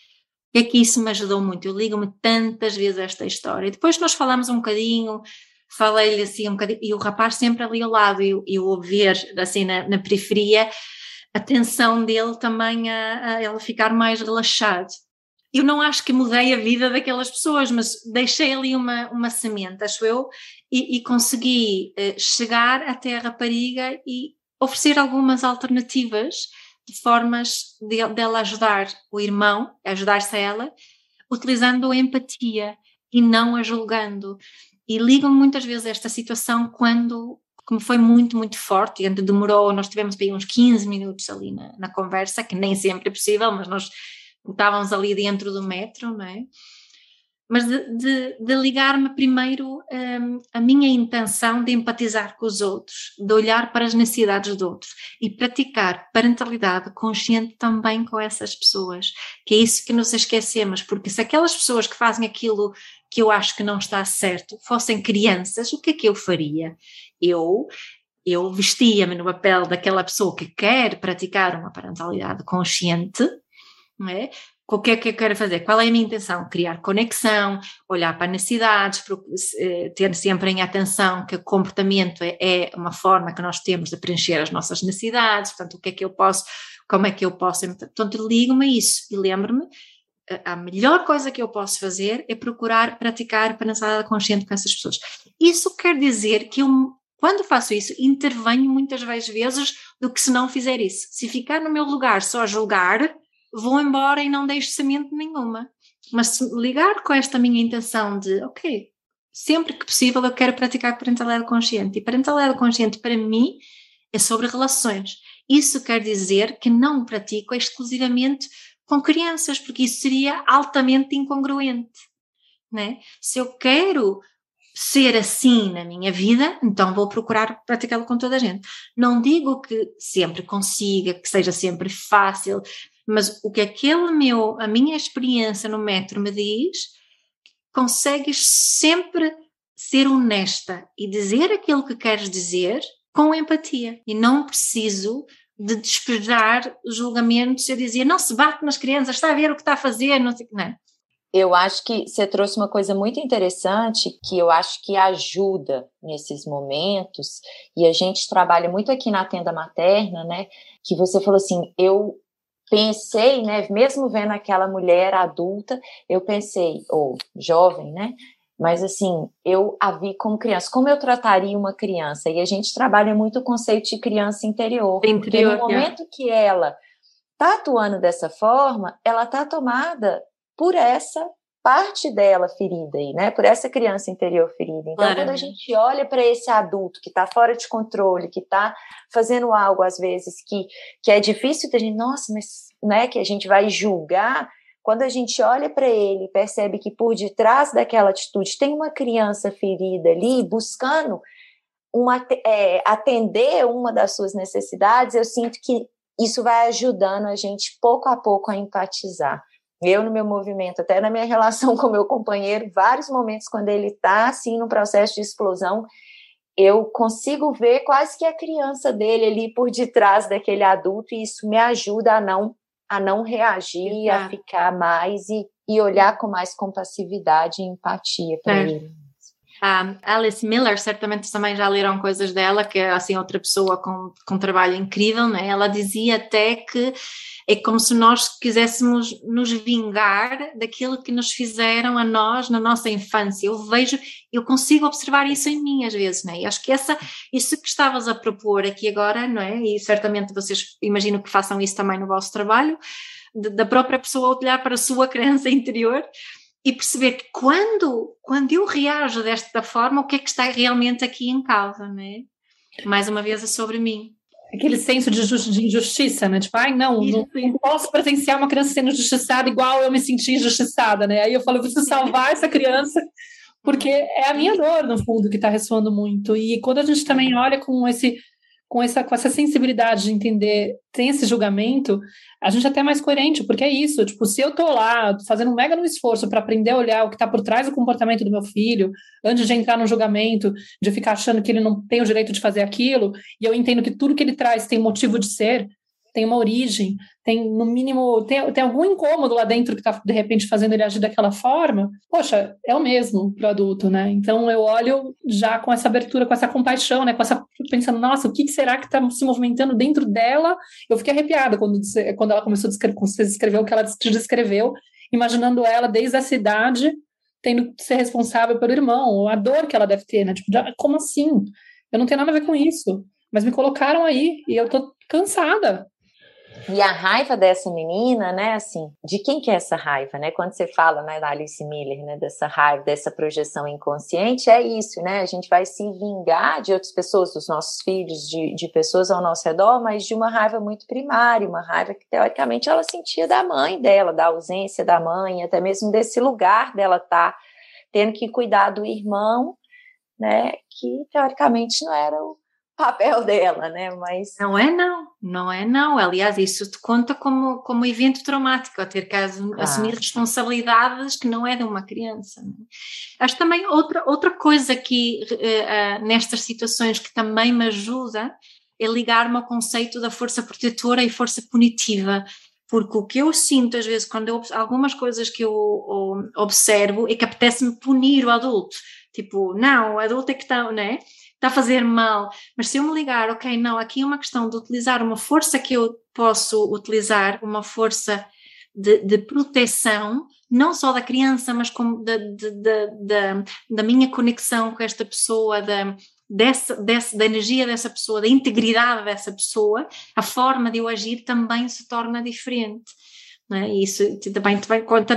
É que isso me ajudou muito. Eu ligo-me tantas vezes a esta história. E depois nós falamos um bocadinho, falei-lhe assim um bocadinho, e o rapaz sempre ali ao lado, eu ouvir assim na periferia, a tensão dele também a ele ficar mais relaxado. Eu não acho que mudei a vida daquelas pessoas, mas deixei ali uma semente, acho eu, e consegui chegar até a rapariga e oferecer algumas alternativas de formas dela ajudar o irmão, ajudar-se a ela, utilizando a empatia e não a julgando. E ligam muitas vezes a esta situação como foi muito, muito forte, e demorou, nós tivemos bem uns 15 minutos ali na conversa, que nem sempre é possível, mas nós estávamos ali dentro do metro, não é? Mas de ligar-me primeiro a minha intenção de empatizar com os outros, de olhar para as necessidades dos outros e praticar parentalidade consciente também com essas pessoas, que é isso que nos esquecemos, porque se aquelas pessoas que fazem aquilo que eu acho que não está certo fossem crianças, o que é que eu faria? Eu vestia-me no papel daquela pessoa que quer praticar uma parentalidade consciente, não é? O que é que eu quero fazer? Qual é a minha intenção? Criar conexão, olhar para necessidades, ter sempre em atenção que o comportamento é uma forma que nós temos de preencher as nossas necessidades, portanto, o que é que eu posso, como é que eu posso, portanto, ligo-me a isso e lembro-me, a melhor coisa que eu posso fazer é procurar praticar parentalidade consciente com essas pessoas. Isso quer dizer que eu, quando faço isso, intervenho muitas vezes do que se não fizer isso. Se ficar no meu lugar só a julgar, vou embora e não deixo semente nenhuma. Mas se ligar com esta minha intenção de, ok, sempre que possível eu quero praticar parentalidade consciente. E parentalidade consciente para mim é sobre relações. Isso quer dizer que não pratico exclusivamente com crianças, porque isso seria altamente incongruente, né? Se eu quero ser assim na minha vida, então vou procurar praticá-lo com toda a gente. Não digo que sempre consiga, que seja sempre fácil, mas o que a minha experiência no metro me diz, consegues sempre ser honesta e dizer aquilo que queres dizer com empatia. E não preciso de despejar julgamentos e dizer, não se bate nas crianças, está a ver o que está a fazer, não sei o que, não. Eu acho que você trouxe uma coisa muito interessante que eu acho que ajuda nesses momentos, e a gente trabalha muito aqui na tenda materna, né, que você falou assim, eu pensei, né, mesmo vendo aquela mulher adulta, eu pensei, ou jovem, né, mas assim, eu a vi como criança, como eu trataria uma criança, e a gente trabalha muito o conceito de criança interior, porque no momento que ela está atuando dessa forma, ela está tomada por essa parte dela ferida aí, né? Por essa criança interior ferida. Então, quando a gente olha para esse adulto que está fora de controle, que está fazendo algo, às vezes, que é difícil da gente, nossa, mas, né, que a gente vai julgar, quando a gente olha para ele e percebe que por detrás daquela atitude tem uma criança ferida ali, buscando atender uma das suas necessidades, eu sinto que isso vai ajudando a gente, pouco a pouco, a empatizar. Eu, no meu movimento, até na minha relação com o meu companheiro, vários momentos quando ele está, assim, num processo de explosão, eu consigo ver quase que a criança dele ali por detrás daquele adulto, e isso me ajuda a não reagir, a ficar mais e olhar com mais compassividade e empatia para ele. A Alice Miller, certamente também já leram coisas dela, que é assim outra pessoa com trabalho incrível, né? Ela dizia até que é como se nós quiséssemos nos vingar daquilo que nos fizeram a nós na nossa infância. Eu consigo observar isso em mim às vezes, né? E acho que isso que estavas a propor aqui agora, não é? E certamente vocês imagino que façam isso também no vosso trabalho, da própria pessoa olhar para a sua crença interior e perceber que quando eu reajo desta forma, o que é que está realmente aqui em causa, não é? Mais uma vez é sobre mim. Aquele senso de injustiça, né? Tipo, não posso presenciar uma criança sendo injustiçada igual eu me senti injustiçada, né? Aí eu falo, eu preciso salvar essa criança, porque é a minha dor, no fundo, que está ressoando muito. E quando a gente também olha com essa sensibilidade de entender, tem esse julgamento, a gente é até mais coerente, porque é isso, tipo, se eu tô lá fazendo um mega no esforço para aprender a olhar o que está por trás do comportamento do meu filho, antes de entrar no julgamento, de ficar achando que ele não tem o direito de fazer aquilo, e eu entendo que tudo que ele traz tem motivo de ser, tem uma origem, tem, no mínimo, tem algum incômodo lá dentro que está, de repente, fazendo ele agir daquela forma, poxa, é o mesmo pro adulto, né? Então, eu olho já com essa abertura, com essa compaixão, né? Pensando, nossa, o que será que está se movimentando dentro dela? Eu fiquei arrepiada quando ela começou a descrever o que ela te descreveu, imaginando ela desde essa idade, tendo que ser responsável pelo irmão, a dor que ela deve ter, né? Tipo, como assim? Eu não tenho nada a ver com isso, mas me colocaram aí e eu tô cansada. E a raiva dessa menina, né, assim, de quem que é essa raiva, né? Quando você fala, né, da Alice Miller, né, dessa raiva, dessa projeção inconsciente, é isso, né? A gente vai se vingar de outras pessoas, dos nossos filhos, de pessoas ao nosso redor, mas de uma raiva muito primária, uma raiva que, teoricamente, ela sentia da mãe dela, da ausência da mãe, até mesmo desse lugar dela estar tendo que cuidar do irmão, né, que, teoricamente, não era o papel dela, né, mas... Não é não, aliás, isso te conta como evento traumático, a ter que assumir responsabilidades que não é de uma criança, né? Acho também outra coisa que nestas situações que também me ajuda é ligar-me ao conceito da força protetora e força punitiva, porque o que eu sinto às vezes quando algumas coisas que eu observo é que apetece-me punir o adulto, tipo, não, o adulto é que está, né? Está a fazer mal, mas se eu me ligar, ok, não, aqui é uma questão de utilizar uma força que eu posso utilizar, uma força de proteção, não só da criança, mas como da minha conexão com esta pessoa, da energia dessa pessoa, da integridade dessa pessoa, a forma de eu agir também se torna diferente. Né? Isso também conta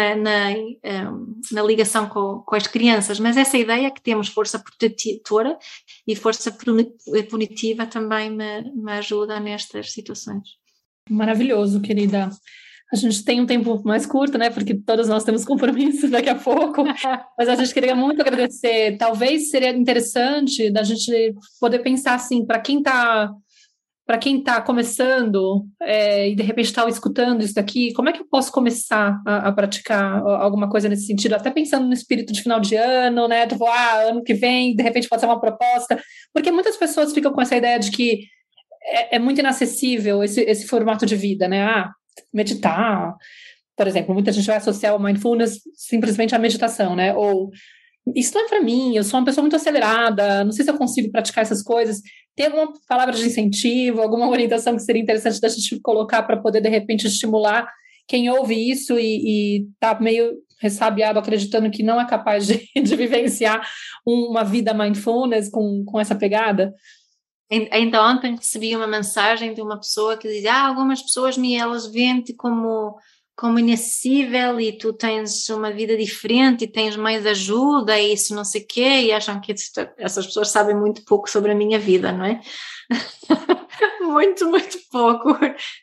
na ligação com as crianças, mas essa ideia que temos força protetora e força punitiva também me ajuda nestas situações. Maravilhoso, querida. A gente tem um tempo mais curto, né? Porque todos nós temos compromissos daqui a pouco, mas a gente queria muito agradecer. Talvez seria interessante da gente poder pensar assim, para quem está começando e de repente está escutando isso daqui, como é que eu posso começar a praticar alguma coisa nesse sentido? Até pensando no espírito de final de ano, né? Tipo, ano que vem, de repente pode ser uma proposta. Porque muitas pessoas ficam com essa ideia de que é muito inacessível esse formato de vida, né? Meditar, por exemplo, muita gente vai associar o mindfulness simplesmente à meditação, né? Ou isso não é para mim, eu sou uma pessoa muito acelerada, não sei se eu consigo praticar essas coisas. Tem alguma palavra de incentivo, alguma orientação que seria interessante da gente colocar para poder, de repente, estimular quem ouve isso e está meio ressabiado, acreditando que não é capaz de vivenciar uma vida mindfulness com essa pegada? Ainda ontem recebi uma mensagem de uma pessoa que dizia: algumas pessoas elas veem-te como inacessível e tu tens uma vida diferente e tens mais ajuda e isso não sei o quê, e acham que essas pessoas sabem muito pouco sobre a minha vida, não é? Muito, muito pouco.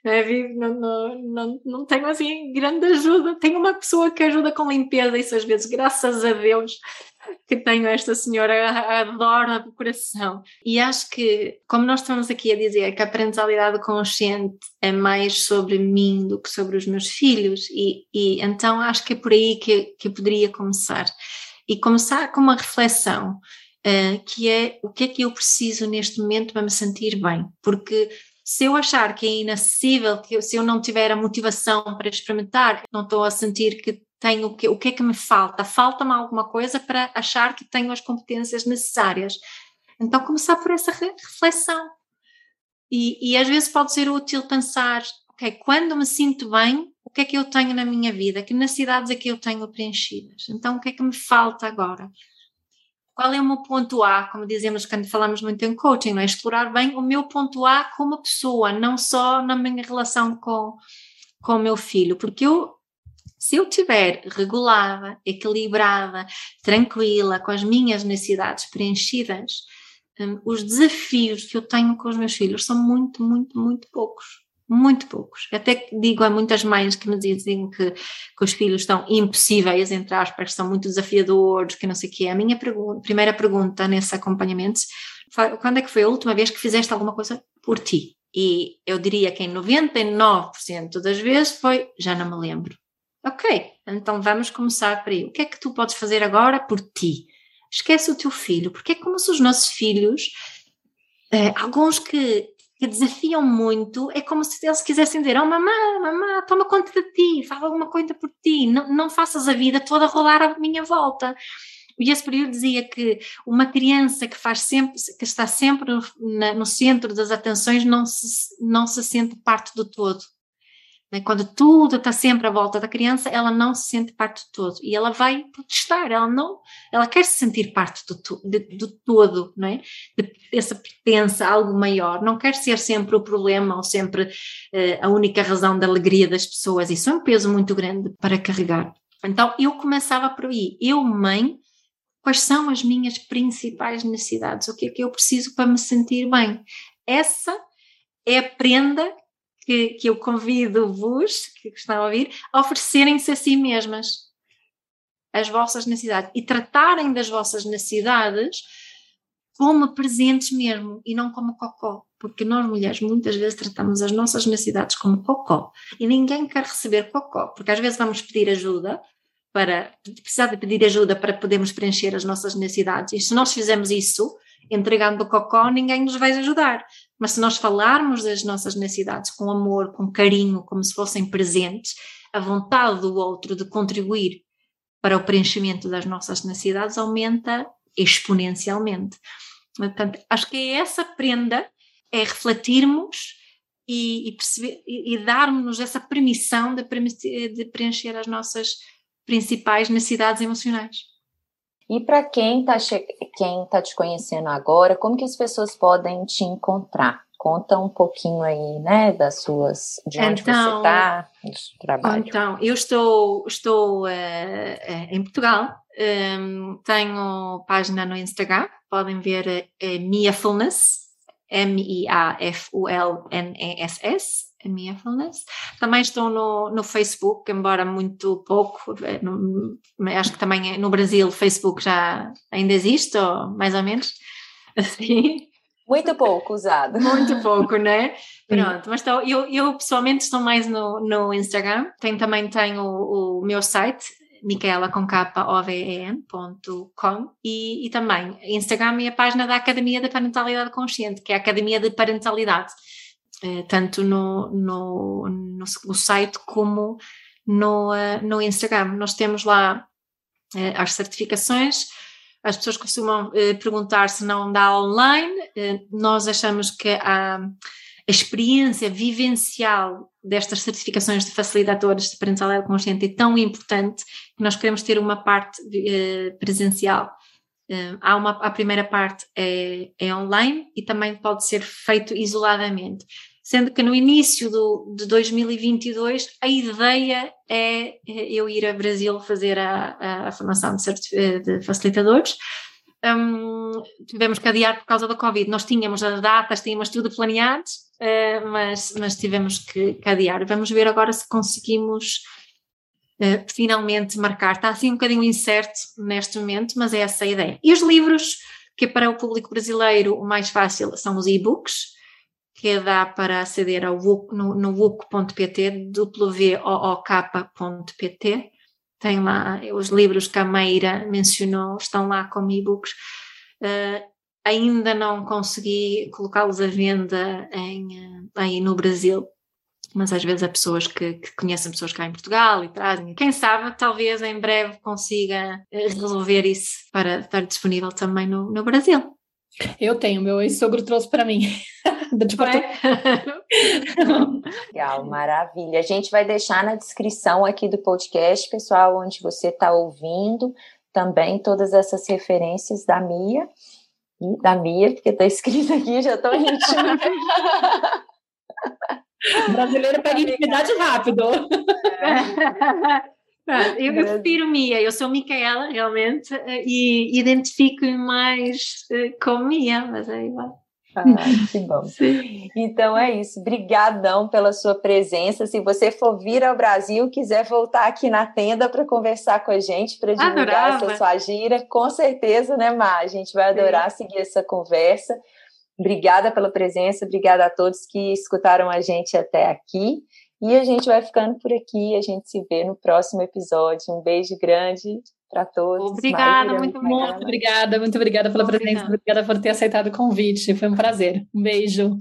Não tenho assim grande ajuda. Tenho uma pessoa que ajuda com limpeza isso às vezes, graças a Deus que tenho esta senhora, adoro do coração. E acho que, como nós estamos aqui a dizer, que a parentalidade consciente é mais sobre mim do que sobre os meus filhos, e então acho que é por aí que eu poderia começar. E começar com uma reflexão, que é o que é que eu preciso neste momento para me sentir bem, porque se eu achar que é inacessível, se eu não tiver a motivação para experimentar, não estou a sentir que tenho o que é que me falta? Falta-me alguma coisa para achar que tenho as competências necessárias. Então, começar por essa reflexão. E às vezes pode ser útil pensar, ok, quando me sinto bem, o que é que eu tenho na minha vida? Que necessidades é que eu tenho preenchidas? Então, o que é que me falta agora? Qual é o meu ponto A? Como dizemos quando falamos muito em coaching, não é? Explorar bem o meu ponto A como pessoa, não só na minha relação com o meu filho, porque se eu estiver regulada, equilibrada, tranquila, com as minhas necessidades preenchidas, os desafios que eu tenho com os meus filhos são muito, muito, muito poucos. Muito poucos. Até digo a muitas mães que me dizem que os filhos estão impossíveis, entre aspas, que são muito desafiadores, que não sei o quê. A minha primeira pergunta nesse acompanhamento foi: quando é que foi a última vez que fizeste alguma coisa por ti? E eu diria que em 99% das vezes foi: já não me lembro. Ok, então vamos começar por aí. O que é que tu podes fazer agora por ti? Esquece o teu filho, porque é como se os nossos filhos, alguns que desafiam muito, é como se eles quisessem dizer: oh mamã, toma conta de ti, faz alguma coisa por ti, não faças a vida toda rolar à minha volta. E esse período dizia que uma criança que está sempre no centro das atenções não se sente parte do todo. Quando tudo está sempre à volta da criança, ela não se sente parte do todo e ela vai protestar, ela quer se sentir parte do todo, não é? Essa pertença a algo maior, não quer ser sempre o problema ou sempre a única razão da alegria das pessoas. Isso é um peso muito grande para carregar. Então eu começava por aí: eu, mãe, quais são as minhas principais necessidades? O que é que eu preciso para me sentir bem? Essa é a prenda que eu convido-vos, que estão a ouvir, a oferecerem-se a si mesmas as vossas necessidades e tratarem das vossas necessidades como presentes mesmo e não como cocó, porque nós mulheres muitas vezes tratamos as nossas necessidades como cocó e ninguém quer receber cocó, porque às vezes vamos pedir ajuda precisar de pedir ajuda para podermos preencher as nossas necessidades, e se nós fizermos isso entregando o cocó, ninguém nos vai ajudar. Mas se nós falarmos das nossas necessidades com amor, com carinho, como se fossem presentes, a vontade do outro de contribuir para o preenchimento das nossas necessidades aumenta exponencialmente. Portanto, acho que é essa prenda, é refletirmos e perceber e darmos-nos essa permissão de preencher as nossas principais necessidades emocionais. E para quem tá te conhecendo agora, como que as pessoas podem te encontrar? Conta um pouquinho aí, né, de onde você está, do seu trabalho. Então, eu estou em Portugal, tenho página no Instagram, podem ver Miafulness, Miafulness, Miafulness. Também estou no Facebook, embora muito pouco, acho que também no Brasil o Facebook já ainda existe, ou mais ou menos, assim. Muito pouco usado. Muito pouco, né? Pronto, mas eu pessoalmente estou mais no Instagram. Também tenho o meu site, micaelacoven.com, e também Instagram e a página da Academia de Parentalidade Consciente, que é a Academia de Parentalidade, tanto no site como no Instagram. Nós temos lá as certificações. As pessoas costumam perguntar se não dá online. Nós achamos que a experiência vivencial destas certificações de facilitadores de parentalidade consciente é tão importante que nós queremos ter uma parte presencial. A primeira parte é online e também pode ser feito isoladamente. Sendo que no início de 2022 a ideia é eu ir ao Brasil fazer a formação de facilitadores. Tivemos que adiar por causa da Covid. Nós tínhamos as datas, tínhamos tudo planeado, mas tivemos que adiar. Vamos ver agora se conseguimos finalmente marcar. Está assim um bocadinho incerto neste momento, mas é essa a ideia. E os livros, que para o público brasileiro o mais fácil são os e-books, que dá para aceder ao no wook.pt, wook.pt. Tem lá os livros que a Meira mencionou, estão lá como e-books. Ainda não consegui colocá-los à venda aí no Brasil, mas às vezes há pessoas que conhecem pessoas cá em Portugal e trazem. Quem sabe, talvez em breve consiga resolver isso para estar disponível também no Brasil. Eu tenho, meu ex-sogro trouxe para mim. Legal, maravilha. A gente vai deixar na descrição aqui do podcast, pessoal, onde você está ouvindo, também todas essas referências da Mia, porque está escrito aqui, já estou íntima. O brasileiro pega intimidade rápido. Eu prefiro Mia, eu sou Micaela realmente e identifico-me mais com Mia, mas é igual. Que bom. Sim. Então é isso, brigadão pela sua presença. Se você for vir ao Brasil, quiser voltar aqui na tenda para conversar com a gente, para divulgar essa sua gira, com certeza, né, Má? A gente vai adorar seguir essa conversa. Obrigada pela presença, obrigada a todos que escutaram a gente até aqui. E a gente vai ficando por aqui, a gente se vê no próximo episódio. Um beijo grande para todos. Obrigada, Maíra, muito obrigada pela presença, obrigada por ter aceitado o convite, foi um prazer. Um beijo.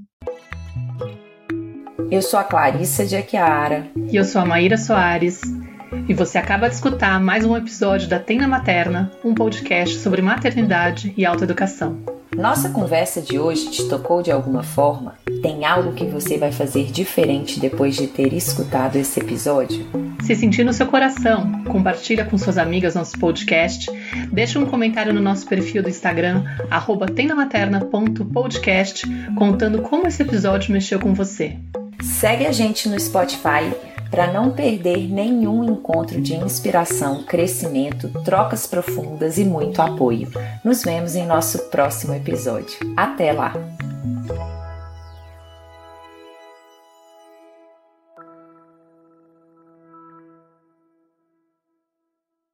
Eu sou a Clarissa de Aquiara. E eu sou a Maíra Soares. E você acaba de escutar mais um episódio da Tenda Materna, um podcast sobre maternidade e autoeducação. Nossa conversa de hoje te tocou de alguma forma? Tem algo que você vai fazer diferente depois de ter escutado esse episódio? Se sentir no seu coração, compartilha com suas amigas nosso podcast, deixa um comentário no nosso perfil do Instagram, @tendamaterna.podcast, contando como esse episódio mexeu com você. Segue a gente no Spotify para não perder nenhum encontro de inspiração, crescimento, trocas profundas e muito apoio. Nos vemos em nosso próximo episódio. Até lá!